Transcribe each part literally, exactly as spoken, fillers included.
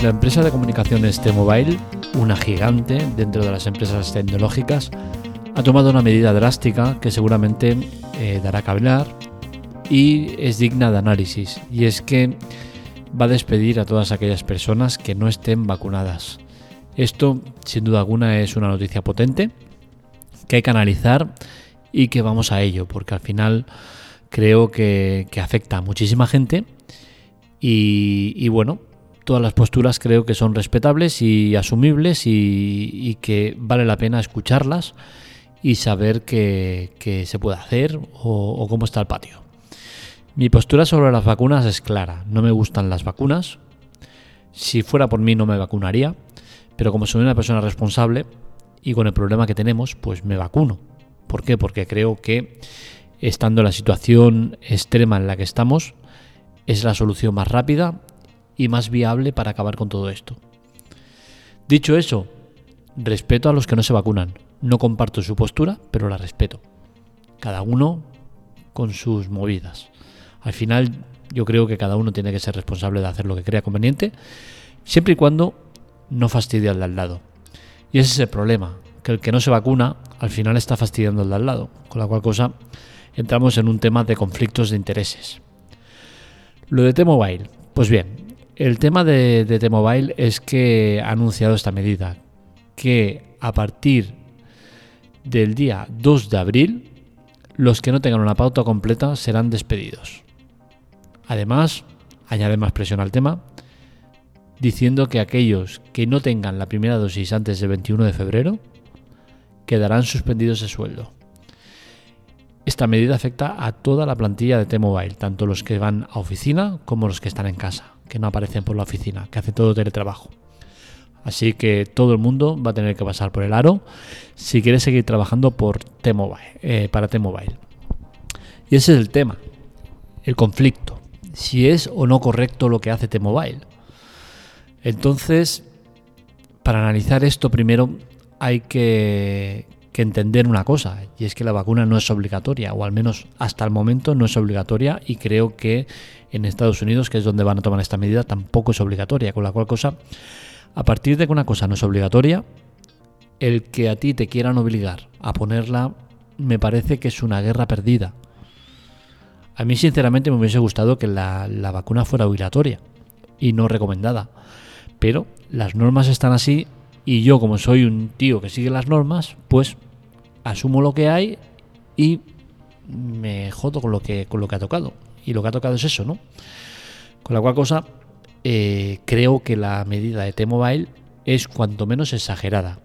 La empresa de comunicaciones T-Mobile, una gigante dentro de las empresas tecnológicas, ha tomado una medida drástica que seguramente eh, dará que hablar y es digna de análisis, y es que va a despedir a todas aquellas personas que no estén vacunadas. Esto, sin duda alguna, es una noticia potente que hay que analizar y que vamos a ello, porque al final creo que, que afecta a muchísima gente y, y bueno, todas las posturas creo que son respetables y asumibles y, y que vale la pena escucharlas y saber qué, qué se puede hacer o, o cómo está el patio. Mi postura sobre las vacunas es clara. No me gustan las vacunas. Si fuera por mí no me vacunaría, pero como soy una persona responsable y con el problema que tenemos, pues me vacuno. ¿Por qué? Porque creo que estando en la situación extrema en la que estamos, es la solución más rápida y más viable para acabar con todo esto. Dicho eso, respeto a los que no se vacunan. No comparto su postura, pero la respeto. Cada uno con sus movidas. Al final, yo creo que cada uno tiene que ser responsable de hacer lo que crea conveniente, siempre y cuando no fastidie al de al lado. Y ese es el problema, que el que no se vacuna, al final está fastidiando al de al lado, con la cual cosa entramos en un tema de conflictos de intereses. Lo de T-Mobile, pues bien, el tema de, de T-Mobile es que ha anunciado esta medida, que a partir del día dos de abril, los que no tengan una pauta completa serán despedidos. Además, añade más presión al tema, diciendo que aquellos que no tengan la primera dosis antes del veintiuno de febrero quedarán suspendidos de sueldo. Esta medida afecta a toda la plantilla de T-Mobile, tanto los que van a oficina como los que están en casa, que no aparecen por la oficina, que hacen todo teletrabajo. Así que todo el mundo va a tener que pasar por el aro si quiere seguir trabajando por T-Mobile, eh, para T-Mobile. Y ese es el tema, el conflicto, si es o no correcto lo que hace T-Mobile. Entonces, para analizar esto primero hay que, que entender una cosa, y es que la vacuna no es obligatoria, o al menos hasta el momento no es obligatoria, y creo que en Estados Unidos, que es donde van a tomar esta medida, tampoco es obligatoria, con la cual cosa, a partir de que una cosa no es obligatoria, el que a ti te quieran obligar a ponerla me parece que es una guerra perdida. A mí sinceramente me hubiese gustado que la, la vacuna fuera obligatoria y no recomendada, pero las normas están así y yo, como soy un tío que sigue las normas, pues asumo lo que hay y me jodo con lo que, con lo que ha tocado. Y lo que ha tocado es eso, ¿no? Con la cual cosa, eh, creo que la medida de T-Mobile es cuanto menos exagerada.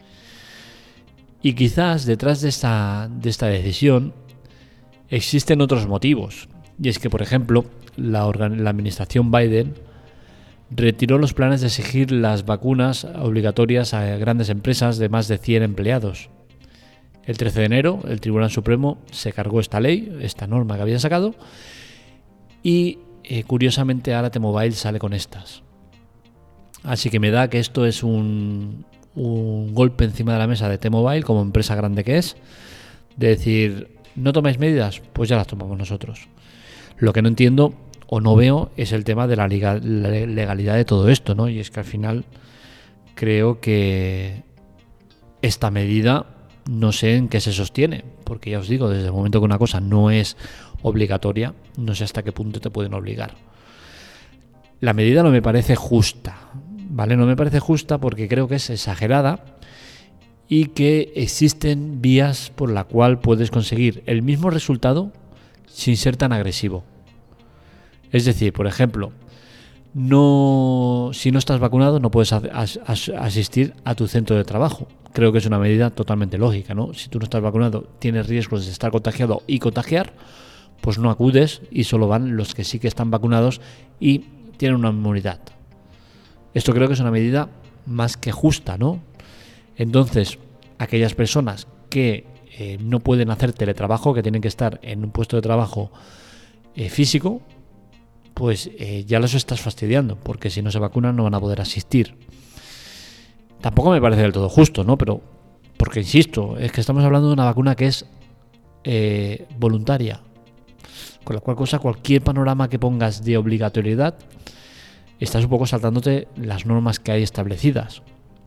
Y quizás detrás de esta, de esta decisión existen otros motivos. Y es que, por ejemplo, la, organ- la administración Biden retiró los planes de exigir las vacunas obligatorias a grandes empresas de más de cien empleados. El trece de enero, el Tribunal Supremo se cargó esta ley, esta norma que había sacado, y eh, curiosamente ahora T-Mobile sale con estas. Así que me da que esto es un, un golpe encima de la mesa de T-Mobile, como empresa grande que es, de decir, ¿no tomáis medidas? Pues ya las tomamos nosotros. Lo que no entiendo o no veo es el tema de la legalidad de todo esto, ¿no? Y es que al final creo que esta medida no sé en qué se sostiene, porque ya os digo, desde el momento que una cosa no es obligatoria, no sé hasta qué punto te pueden obligar. La medida no me parece justa, ¿vale? No me parece justa porque creo que es exagerada y que existen vías por la cual puedes conseguir el mismo resultado sin ser tan agresivo. Es decir, por ejemplo, no, si no estás vacunado no puedes as, as, asistir a tu centro de trabajo. Creo que es una medida totalmente lógica, ¿no? Si tú no estás vacunado, tienes riesgos de estar contagiado y contagiar, pues no acudes y solo van los que sí que están vacunados y tienen una inmunidad. Esto creo que es una medida más que justa, ¿no? Entonces, aquellas personas que eh, no pueden hacer teletrabajo, que tienen que estar en un puesto de trabajo eh, físico, pues eh, ya los estás fastidiando, porque si no se vacunan no van a poder asistir. Tampoco me parece del todo justo, ¿no? Pero, porque insisto, es que estamos hablando de una vacuna que es eh, voluntaria. Con la cual cosa, cualquier panorama que pongas de obligatoriedad estás un poco saltándote las normas que hay establecidas.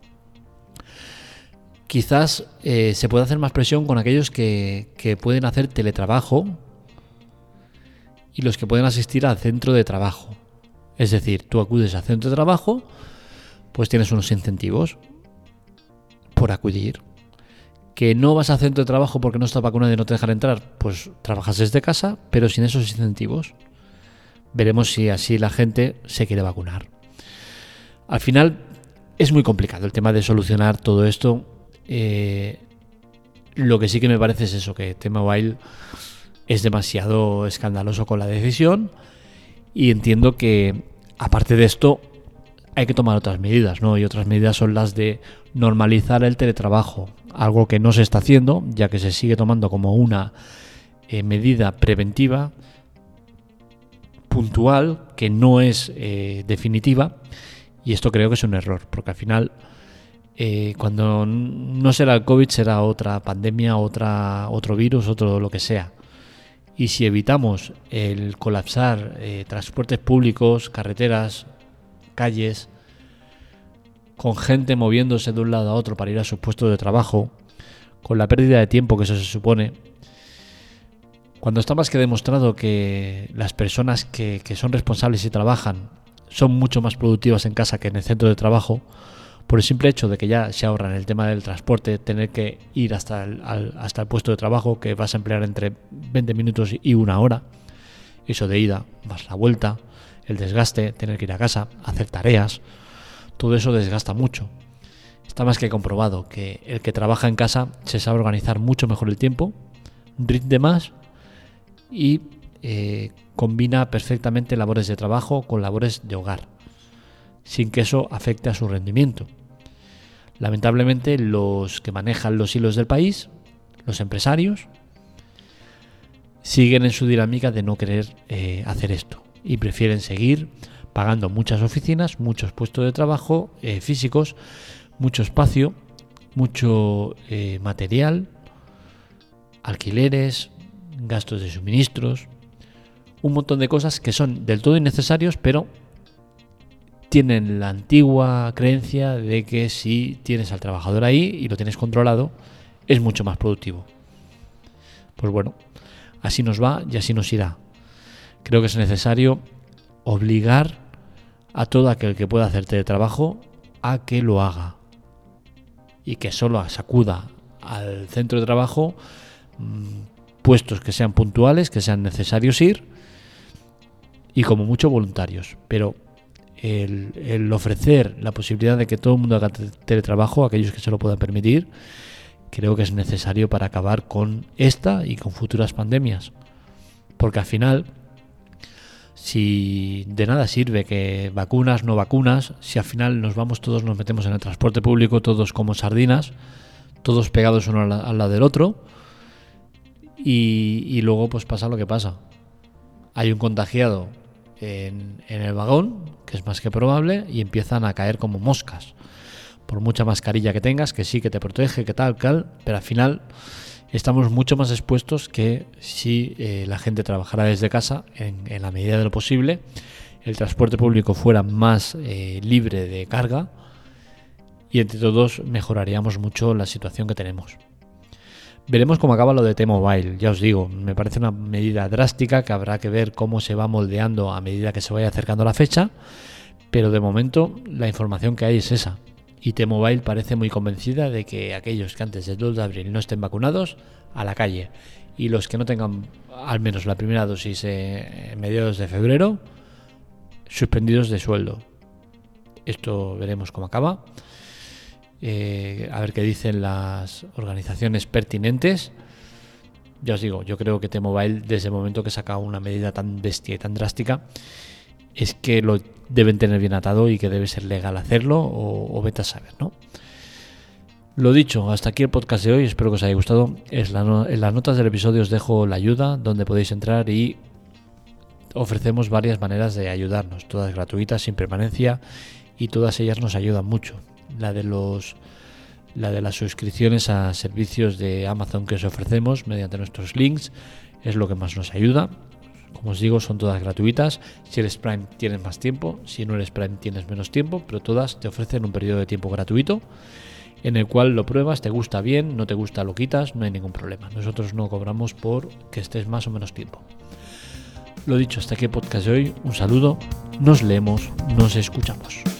Quizás eh, se puede hacer más presión con aquellos que, que pueden hacer teletrabajo y los que pueden asistir al centro de trabajo. Es decir, tú acudes al centro de trabajo, pues tienes unos incentivos por acudir. Que no vas al centro de trabajo porque no estás vacunado y no te dejan entrar, pues trabajas desde casa, pero sin esos incentivos. Veremos si así la gente se quiere vacunar. Al final es muy complicado el tema de solucionar todo esto. Eh, lo que sí que me parece es eso, que T-Mobile es demasiado escandaloso con la decisión, y entiendo que aparte de esto hay que tomar otras medidas, ¿no? Y otras medidas son las de normalizar el teletrabajo, algo que no se está haciendo, ya que se sigue tomando como una eh, medida preventiva puntual que no es eh, definitiva, y esto creo que es un error, porque al final eh, cuando no será el COVID será otra pandemia, otra otro virus, otro lo que sea. Y si evitamos el colapsar eh, transportes públicos, carreteras, calles, con gente moviéndose de un lado a otro para ir a sus puestos de trabajo, con la pérdida de tiempo que eso se supone, cuando está más que demostrado que las personas que, que son responsables y trabajan son mucho más productivas en casa que en el centro de trabajo, por el simple hecho de que ya se ahorran el tema del transporte, tener que ir hasta el, al, hasta el puesto de trabajo, que vas a emplear entre veinte minutos y una hora, eso de ida, más la vuelta, el desgaste, tener que ir a casa, hacer tareas, todo eso desgasta mucho. Está más que comprobado que el que trabaja en casa se sabe organizar mucho mejor el tiempo, rinde más y eh, combina perfectamente labores de trabajo con labores de hogar, sin que eso afecte a su rendimiento. Lamentablemente, los que manejan los hilos del país, los empresarios, siguen en su dinámica de no querer eh, hacer esto y prefieren seguir pagando muchas oficinas, muchos puestos de trabajo eh, físicos, mucho espacio, mucho eh, material, alquileres, gastos de suministros, un montón de cosas que son del todo innecesarios, pero tienen la antigua creencia de que si tienes al trabajador ahí y lo tienes controlado, es mucho más productivo. Pues bueno, así nos va y así nos irá. Creo que es necesario obligar a todo aquel que pueda hacer teletrabajo a que lo haga y que solo acuda al centro de trabajo mmm, puestos que sean puntuales, que sean necesarios ir, y como mucho voluntarios, pero El, el ofrecer la posibilidad de que todo el mundo haga teletrabajo, aquellos que se lo puedan permitir, creo que es necesario para acabar con esta y con futuras pandemias, porque al final, si de nada sirve que vacunas, no vacunas, si al final nos vamos todos, nos metemos en el transporte público todos como sardinas, todos pegados uno al, al lado del otro, y, y luego pues pasa lo que pasa, hay un contagiado En, en el vagón, que es más que probable, y empiezan a caer como moscas. Por mucha mascarilla que tengas, que sí, que te protege, que tal, tal, pero al final estamos mucho más expuestos que si eh, la gente trabajara desde casa, en, en la medida de lo posible, el transporte público fuera más eh, libre de carga, y entre todos mejoraríamos mucho la situación que tenemos. Veremos cómo acaba lo de T-Mobile, ya os digo, me parece una medida drástica que habrá que ver cómo se va moldeando a medida que se vaya acercando la fecha, pero de momento la información que hay es esa, y T-Mobile parece muy convencida de que aquellos que antes del dos de abril no estén vacunados, a la calle, y los que no tengan al menos la primera dosis eh, en mediados de febrero, suspendidos de sueldo. Esto veremos cómo acaba. Eh, a ver qué dicen las organizaciones pertinentes. Ya os digo, yo creo que T-Mobile, desde el momento que saca una medida tan bestia y tan drástica, es que lo deben tener bien atado y que debe ser legal hacerlo, o, o vete a saber, ¿no? Lo dicho, hasta aquí el podcast de hoy, espero que os haya gustado. Es la no, en las notas del episodio os dejo la ayuda, donde podéis entrar, y ofrecemos varias maneras de ayudarnos, todas gratuitas, sin permanencia, y todas ellas nos ayudan mucho. La de los la de las suscripciones a servicios de Amazon que os ofrecemos mediante nuestros links es lo que más nos ayuda. Como os digo, son todas gratuitas. Si eres Prime tienes más tiempo, si no eres Prime tienes menos tiempo, pero todas te ofrecen un periodo de tiempo gratuito en el cual lo pruebas, te gusta bien, no te gusta lo quitas, no hay ningún problema. Nosotros no cobramos por que estés más o menos tiempo. Lo dicho, hasta aquí el podcast de hoy. Un saludo, nos leemos, nos escuchamos.